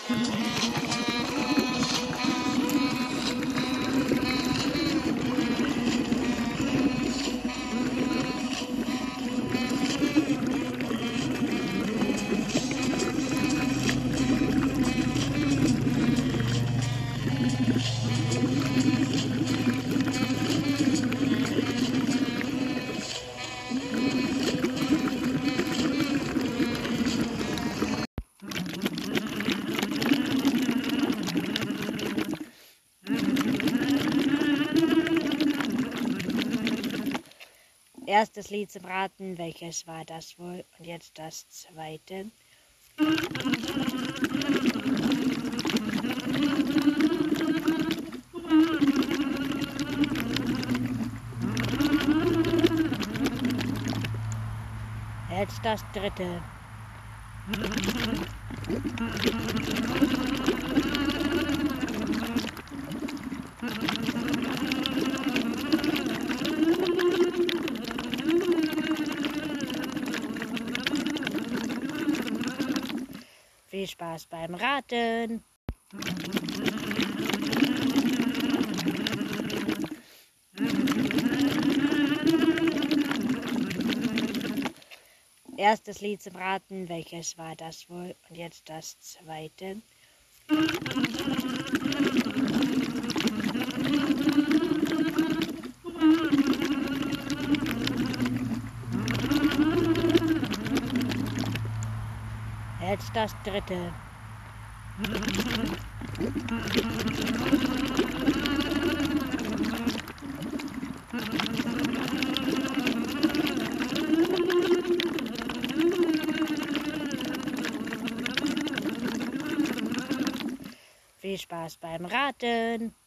Erstes Lied zum Raten, welches war das wohl? Und jetzt das zweite. Jetzt das dritte. Viel Spaß beim Raten! Erstes Lied zum Raten, welches war das wohl? Und jetzt das zweite. Jetzt das dritte. Viel Spaß beim Raten!